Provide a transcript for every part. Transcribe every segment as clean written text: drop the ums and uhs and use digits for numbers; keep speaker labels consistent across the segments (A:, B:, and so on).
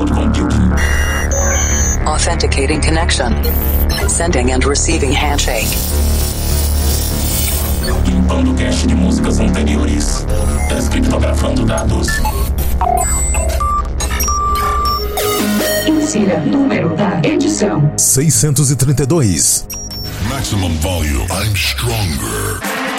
A: cloud computing.
B: Authenticating connection. Sending and receiving handshake.
A: Limpando cache de músicas anteriores. Descriptografando dados.
C: Insira número da edição
D: 632.
E: Maximum volume. I'm stronger.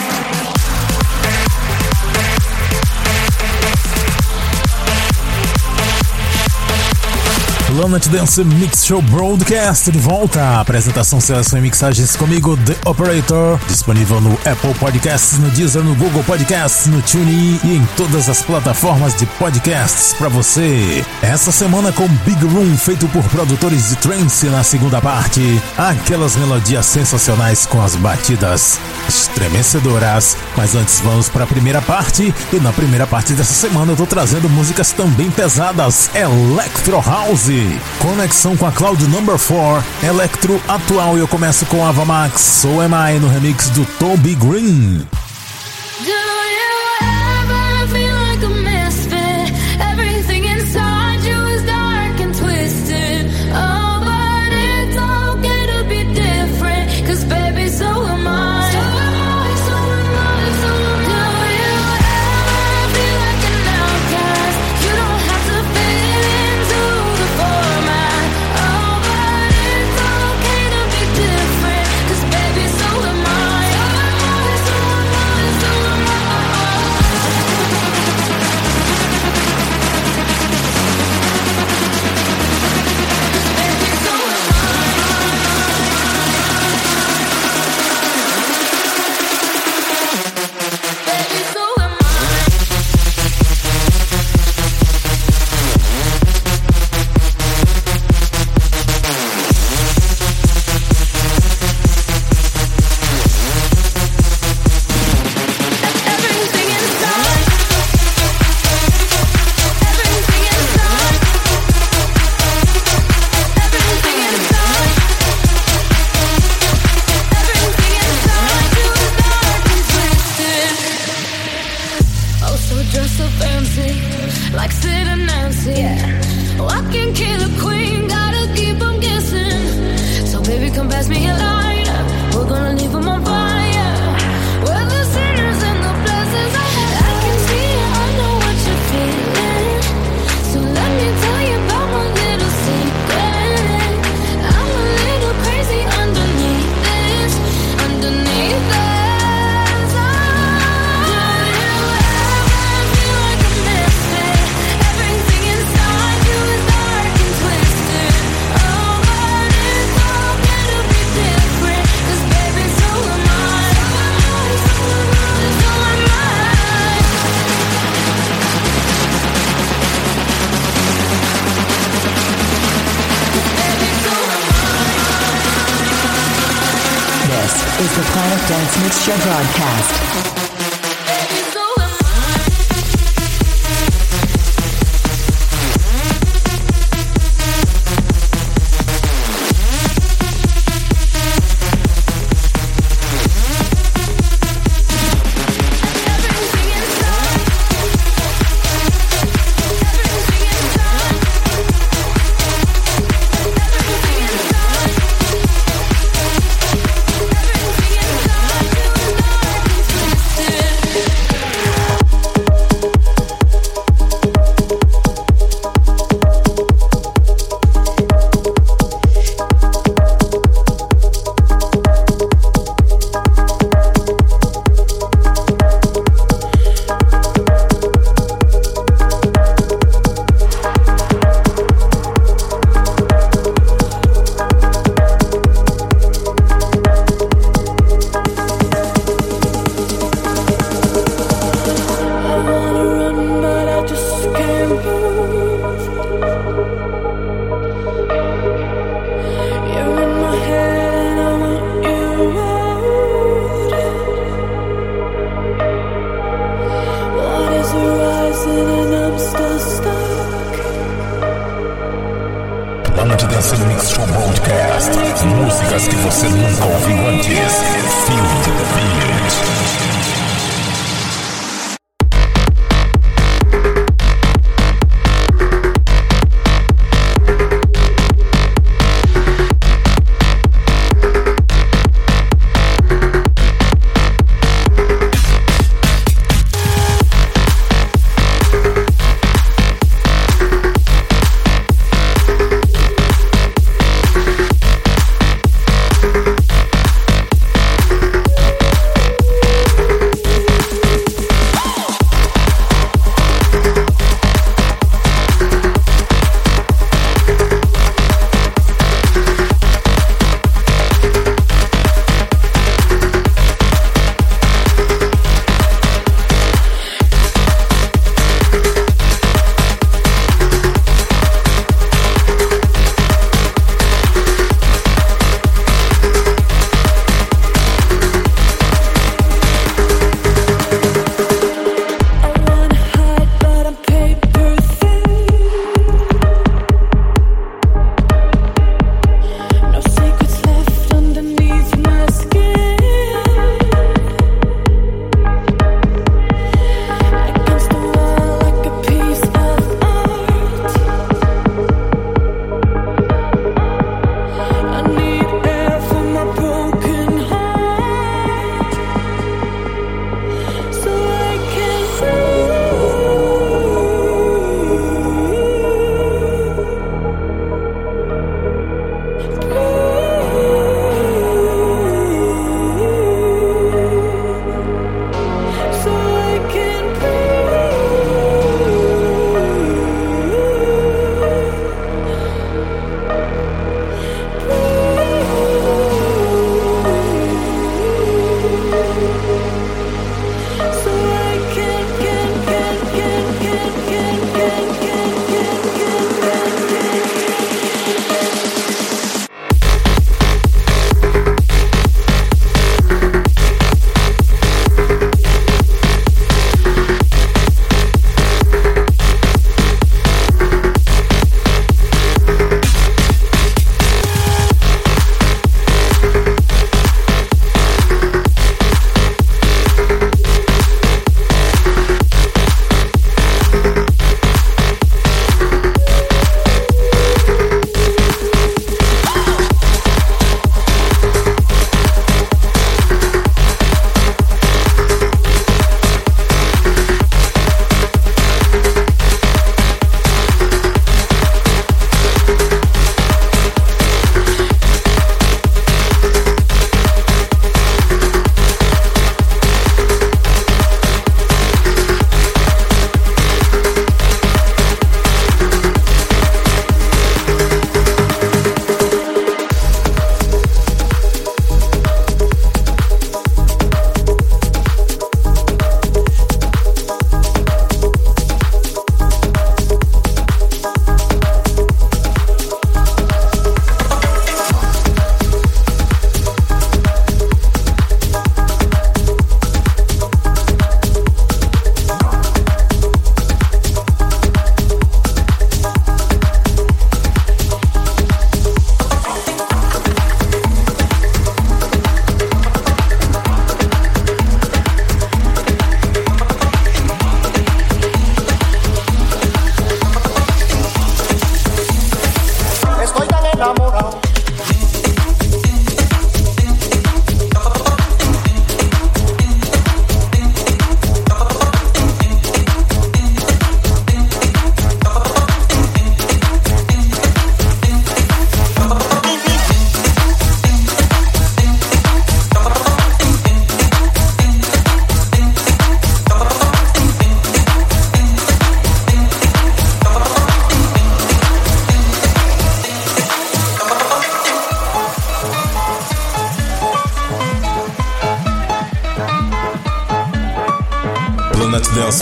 D: Planet Dance Mix Show Broadcast de volta. A apresentação, seleção e mixagens comigo, The Operator. Disponível no Apple Podcasts, no Deezer, no Google Podcasts, no TuneIn e em todas as plataformas de podcasts para você. Essa semana com Big Room, feito por produtores de trance na segunda parte. Aquelas melodias sensacionais com as batidas estremecedoras. Mas antes vamos para a primeira parte. E na primeira parte dessa semana eu tô trazendo músicas também pesadas. Electro House. Conexão com a Cloud Number 4, Electro atual, e eu começo com Ava Max, So Am I, no remix do Toby Green.
F: Is the Planet Dance Mix Show broadcast.
D: Planet Dance Mix Show Broadcast. Músicas que você nunca ouviu antes. Feel the beat.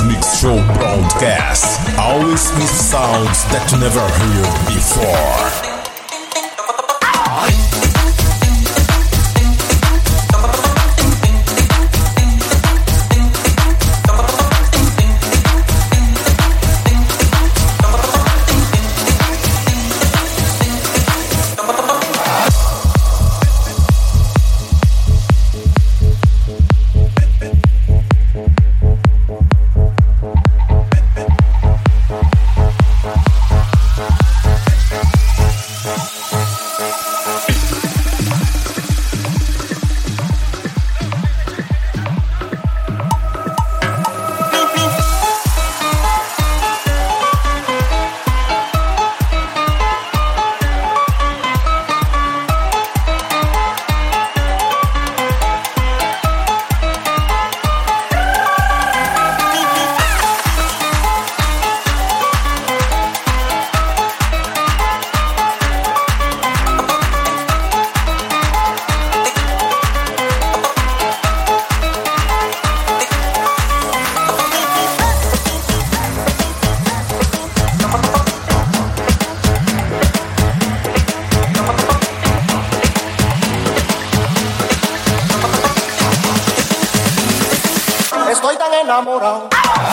D: Mix Show broadcast. Always with sounds that you never heard before.
G: Estoy tan enamorado.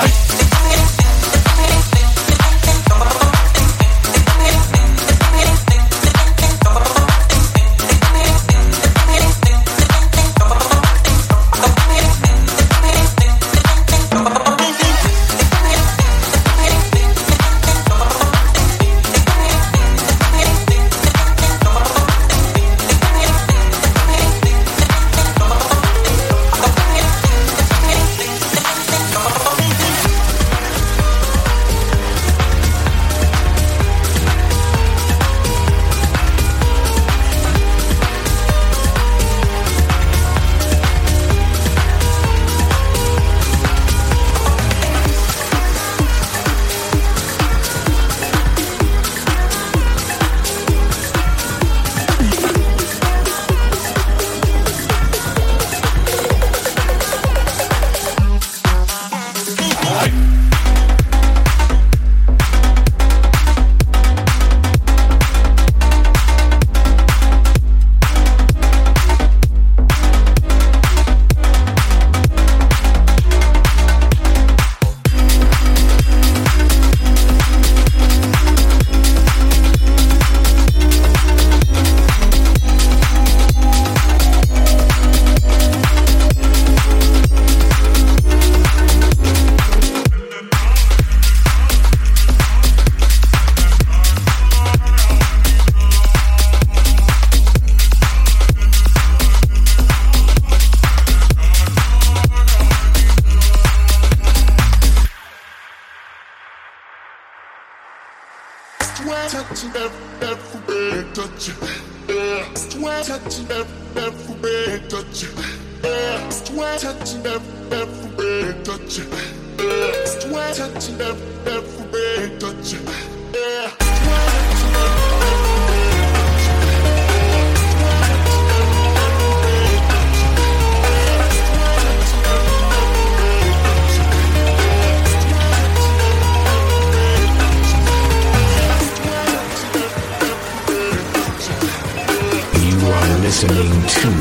H: Listening to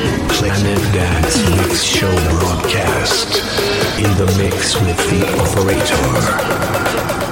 H: Planet Dance Mix Show broadcast in the mix with the operator.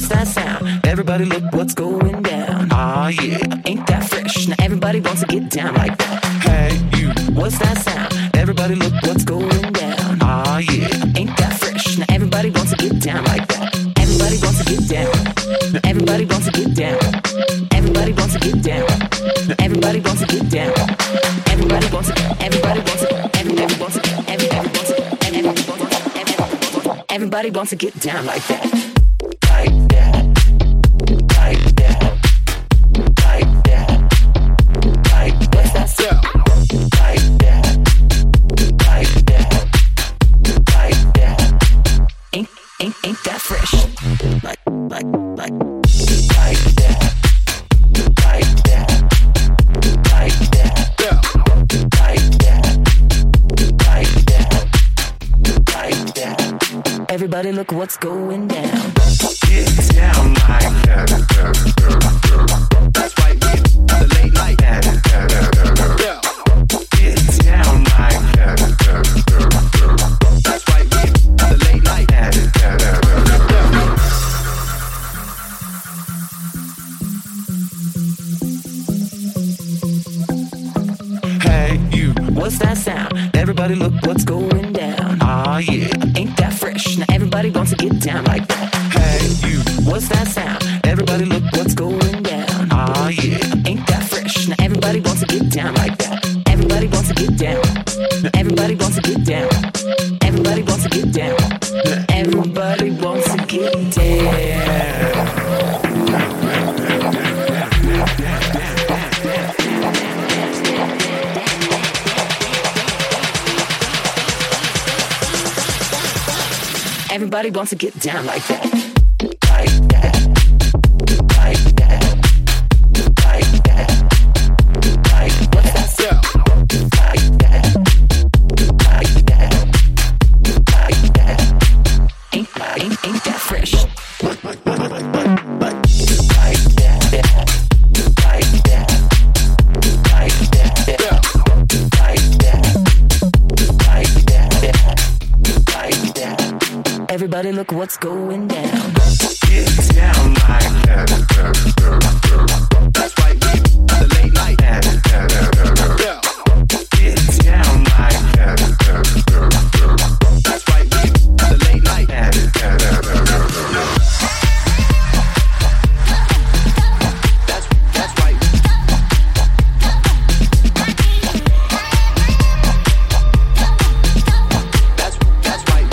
I: What's that sound? Everybody look what's going down. Ah yeah, ain't that fresh? Now everybody wants to get down like that. Hey you, what's that sound? Everybody look what's going down. Ah yeah, ain't that fresh? Now everybody wants to get down like that. Everybody wants to get down. Now everybody wants to get down. Everybody wants to get down. Now everybody wants to get down. Everybody wants to. Everybody wants to. Everybody wants to. Everybody wants to. Everybody wants to get down like that. Like that. Like that. Like that. Like what's that sound? Like that. Like that. Like that. Ain't that fresh? Like that. Like that. Like that. Like that. Like that. Like that. Like that. Everybody look what's going down. Get down like that. That's right, the late night. Get down like that. That's right, the late night. Hey you, what's that sound? Everybody look what's going down. Ah yeah, ain't that fresh? Now everybody wants to get down like that. Hey you, what's that sound? Everybody look what's going down. Ah yeah, ain't that fresh? Now everybody wants to get down like that. Everybody wants to get down. Now everybody wants to get down. Everybody wants to get down. Now everybody wants to get down. Everybody wants to get down like that. Like that. Like that. Like that. Like what's that sound? Like that. Like that. Like that. Ain't that fresh? Like that. Like that. Like that. Like that. Like that. Everybody look what's going down. Get down like that. That's right, the late night. Get down like that. That's right, the late night. That's right. That's right.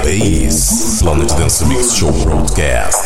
D: Bass. Planet Dance Mix Show Broadcast.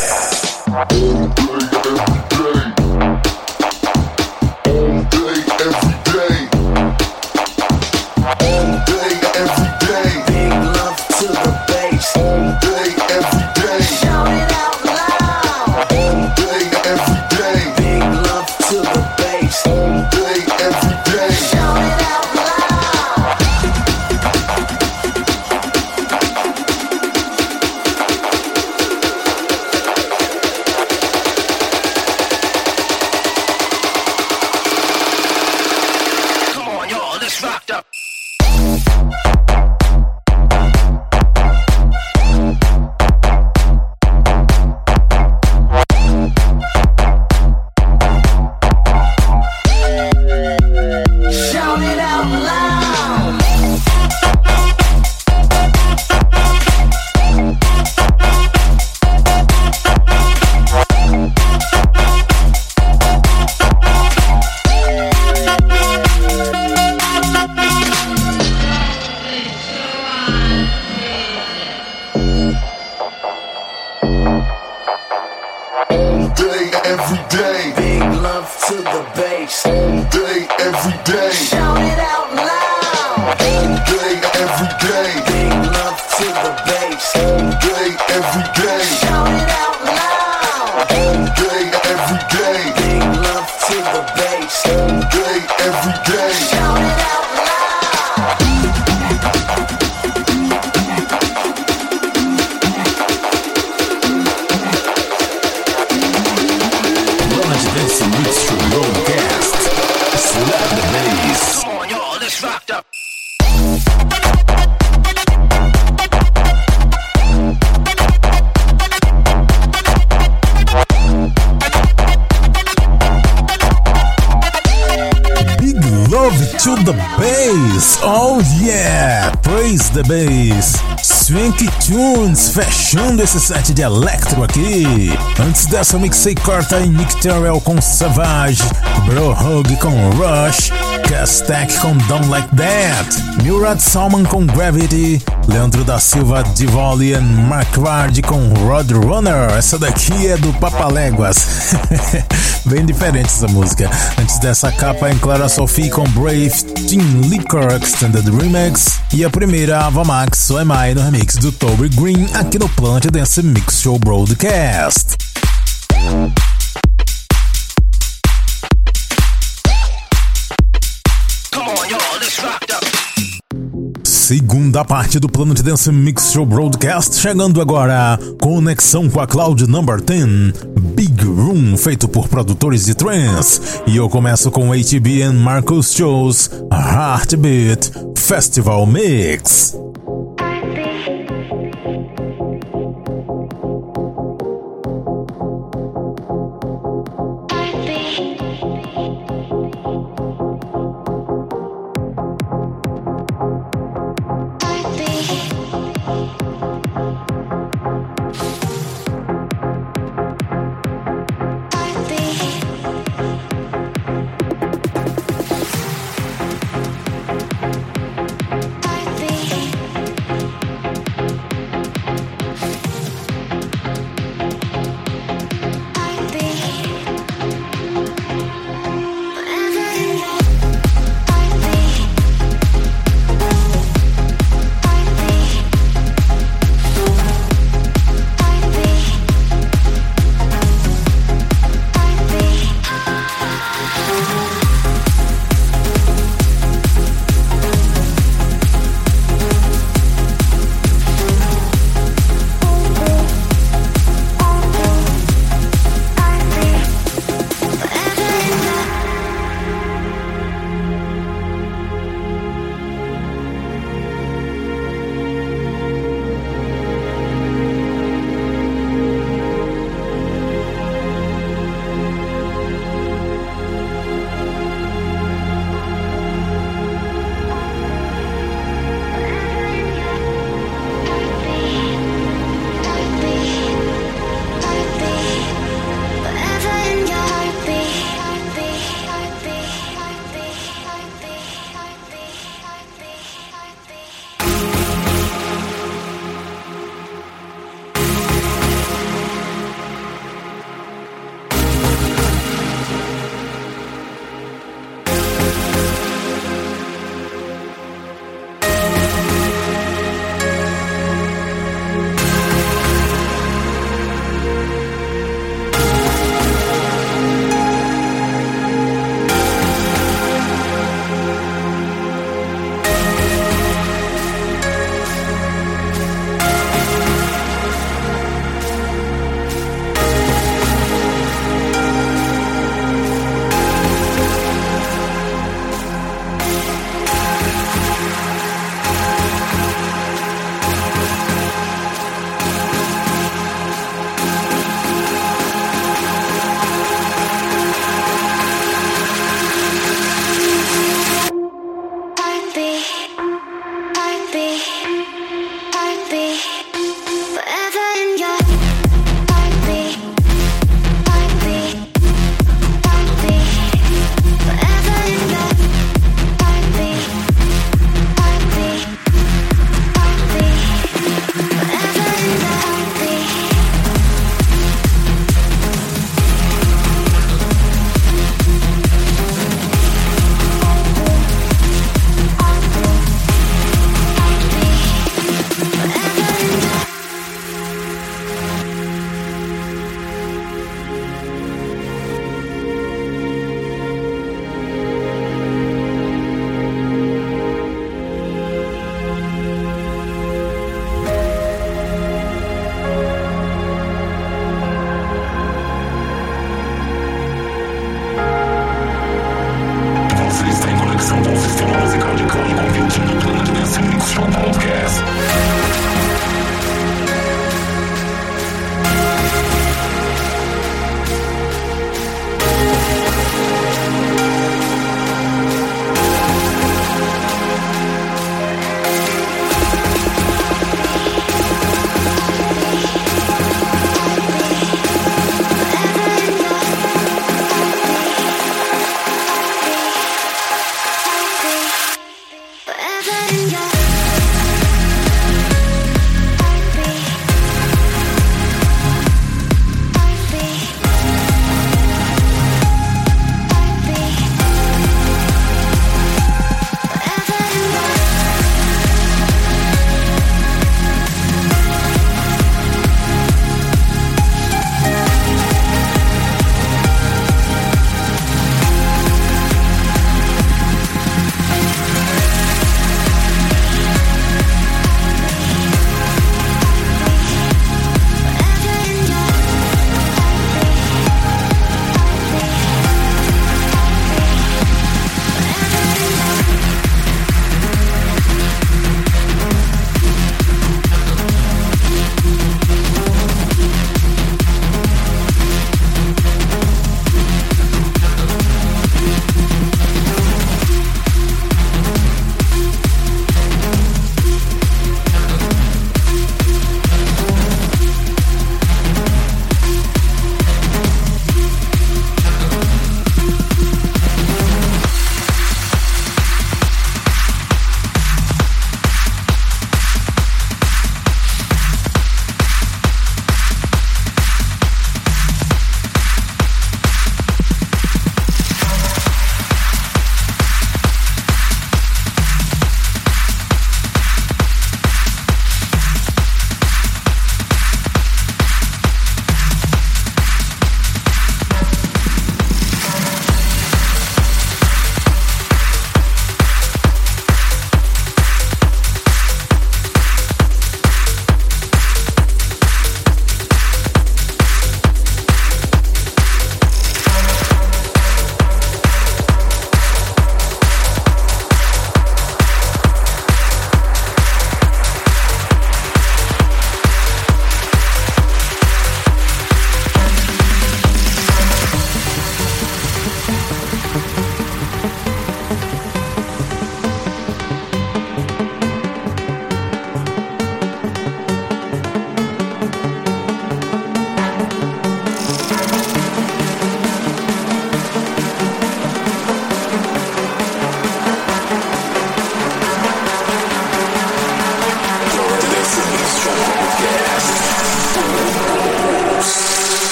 D: To the bass, oh yeah, praise the bass. Swanky Tunes fechando esse set de electro aqui. Antes dessa eu mixei Corta e Nick Terrell com Savage, Bro Hug com Rush, Castek com Don't Like That, Murad Salman com Gravity, Leandro da Silva, Divoli e Mark Ward com Roadrunner. Essa daqui é do Papaléguas. Bem diferente essa música. Antes dessa capa em Clara Sophie com Brave, Team Liquor Extended Remix. E a primeira, Ava Max, So Am I, no remix do Toby Green, aqui no Planet Dance Mix Show Broadcast. Segunda parte do Planet Dance Mix Show Broadcast, chegando agora, conexão com a Cloud Number 10, Big Room, feito por produtores de trance. E eu começo com HB and Marcus Shows, Heartbeat Festival Mix.
J: Be
A: Esse Mix Show Broadcast.
J: Forever in your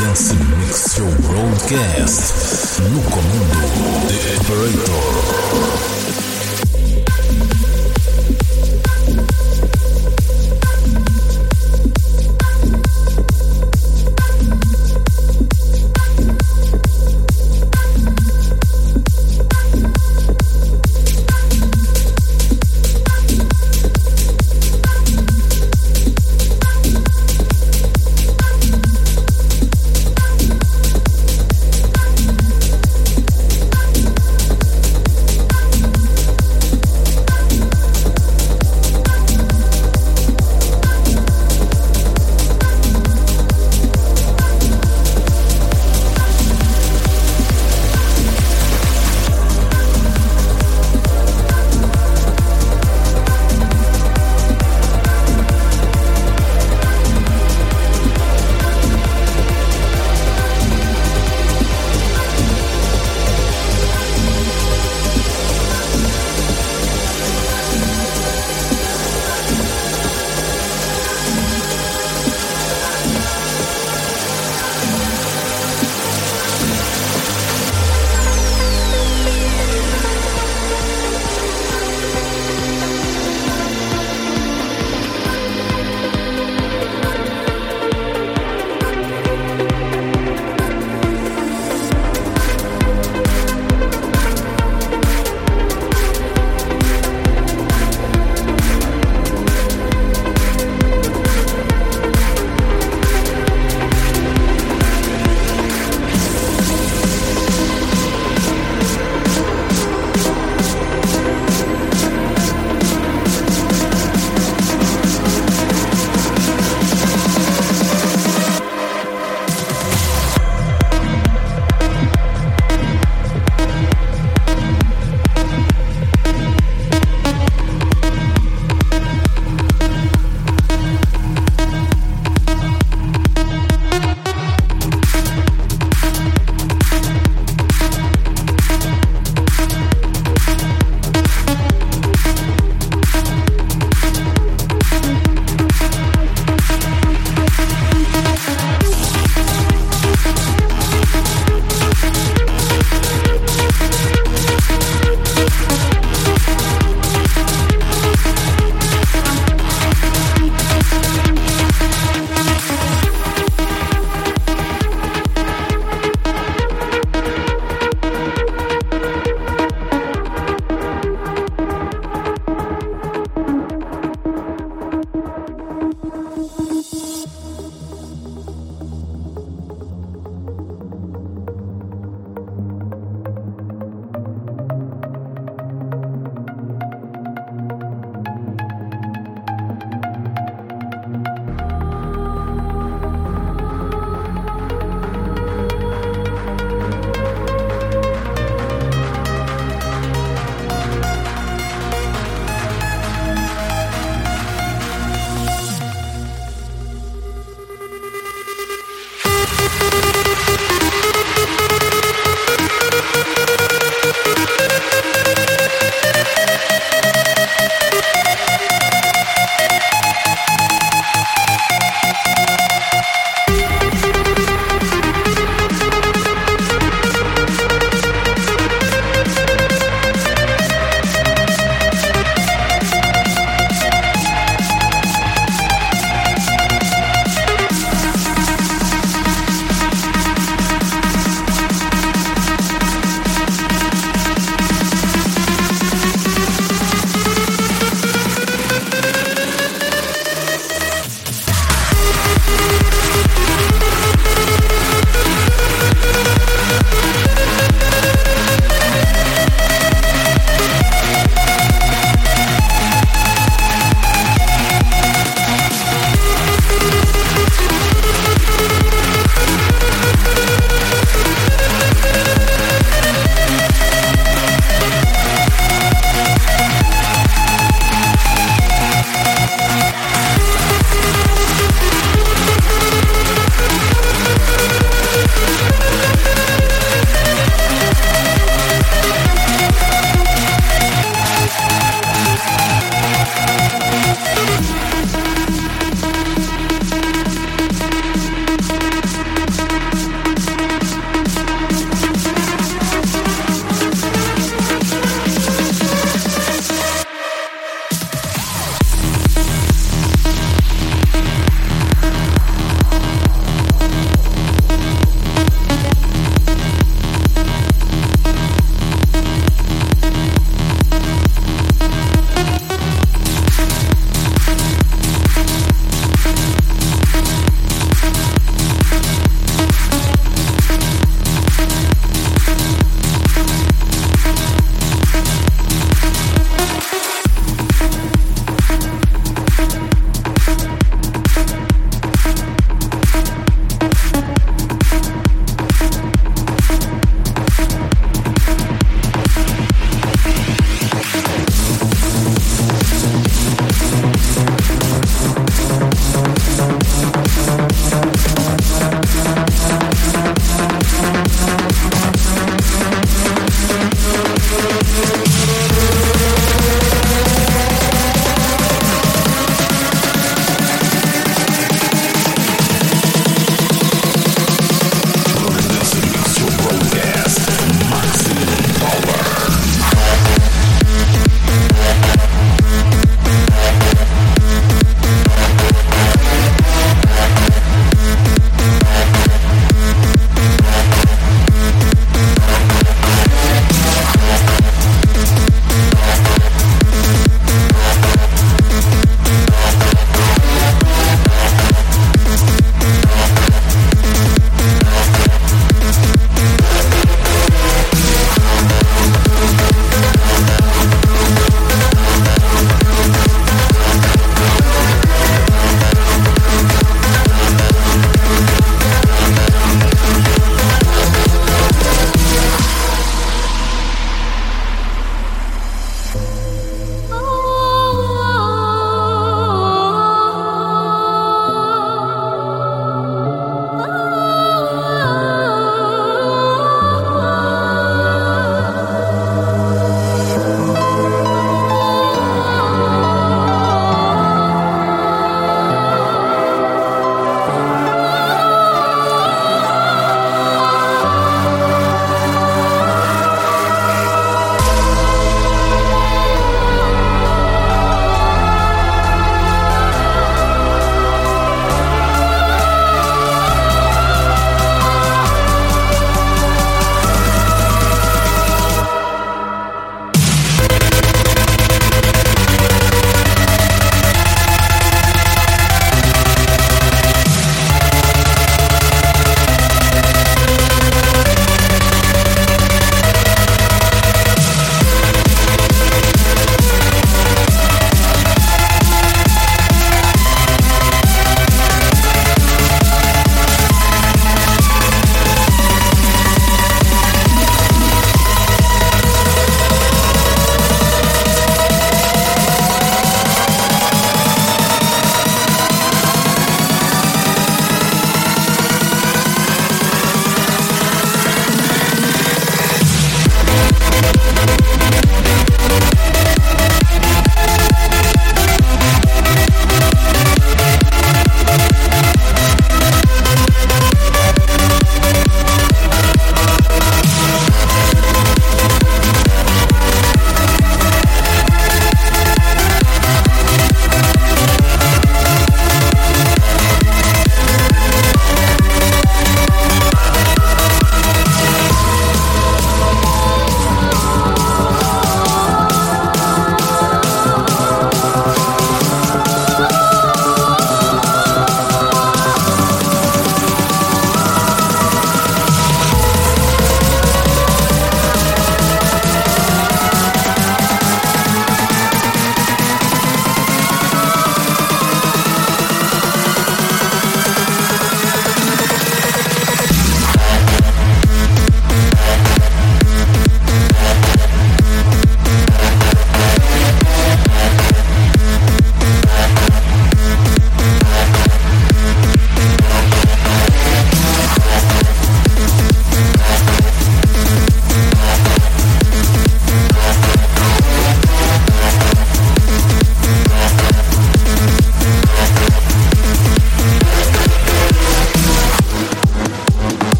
D: Dance Mix Show Broadcast. No comando, The Operator.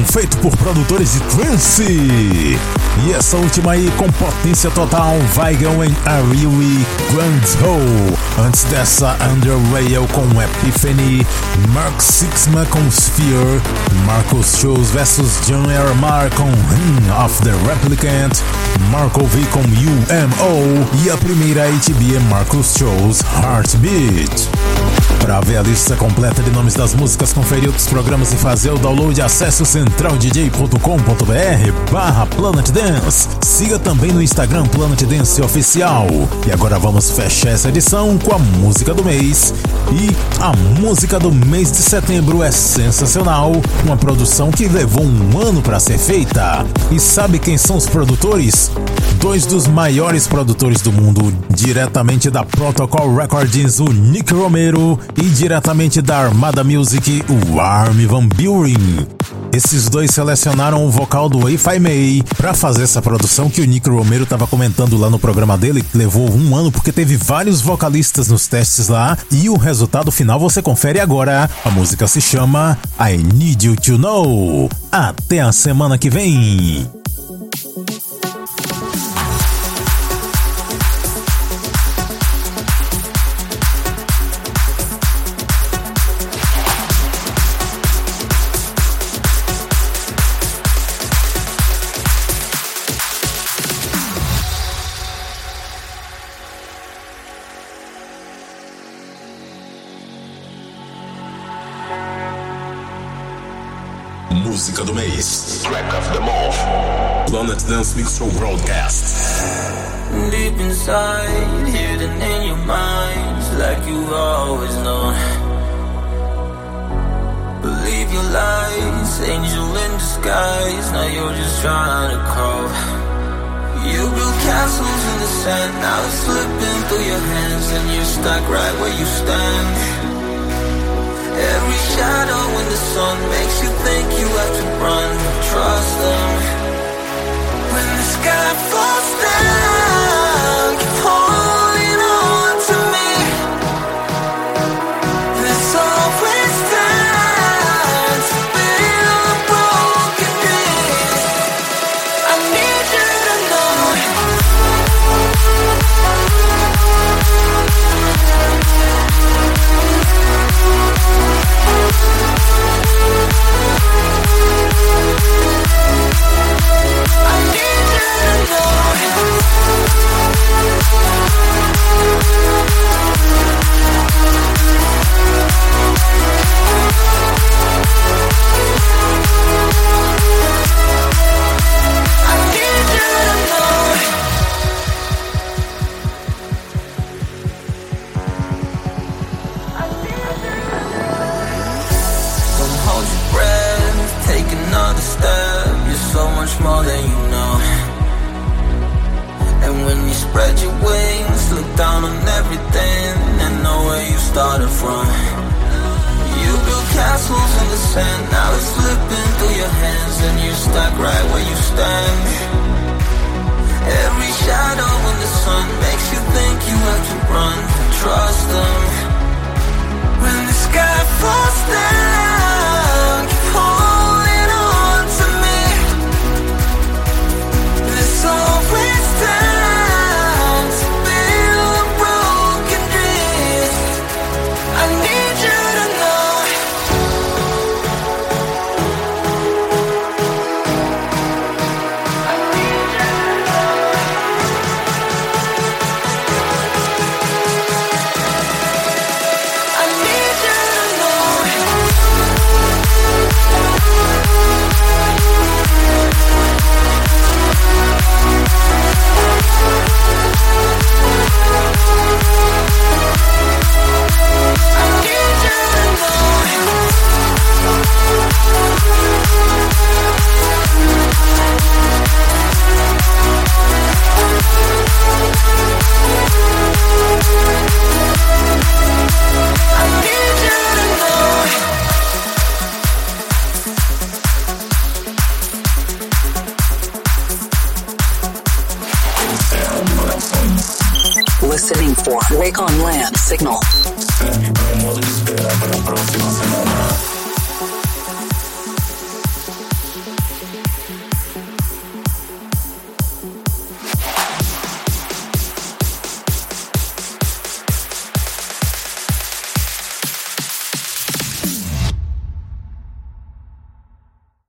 D: feito por produtores de trance. E essa última aí com potência total, Weigel em Ariwi Guangzhou. Antes dessa, Under Rail com Epiphany, Mark Sixma com Sphere, Marcos Shows vs John Ermar com Ring of the Replicant, Marco V com UMO e a primeira HB é Marcos Shows Heartbeat. Para ver a lista completa de nomes das músicas, conferir outros programas e fazer o download, acesse o centraldj.com.br/Planet Dance. Siga também no Instagram Planet Dance Oficial. E agora vamos fechar essa edição com a música do mês. E a música do mês de setembro é sensacional, uma produção que levou um ano para ser feita. E sabe quem são os produtores? Dois dos maiores produtores do mundo, diretamente da Protocol Recordings, o Nick Romero, e diretamente da Armada Music, o Armin van Buuren. Esses dois selecionaram o vocal do If I May para fazer essa produção que o Nick Romero estava comentando lá no programa dele, que levou um ano porque teve vários vocalistas nos testes lá, e o resultado final você confere agora. A música se chama I Need You To Know. Até a semana que vem!
A: Música do mês. Track of the month. Planet Dance Mix Show Broadcast.
J: Deep inside, hidden in your mind, like you always know. Believe your lies, angel in disguise. Now you're just trying to crawl. You built castles in the sand, now it's slipping through your hands, and you're stuck right where you stand. Every shadow in the sun makes you think you have to run. Trust them. When the sky falls down, keep holding on to me. There's always time to build a broken dream. I need you to know. More than you know. And when you spread your wings, look down on everything and know where you started from. You built castles in the sand, now it's slipping through your hands, and you're stuck right where you stand. Every shadow in the sun makes you think you have to run. Trust them. When the sky falls down, keep holding on to me. There's always time to build a broken dream. I need you to know. I need you to know. I need you to know.
B: Listening for Wake on Land Signal.
A: Segue para o modo de espera para a próxima semana.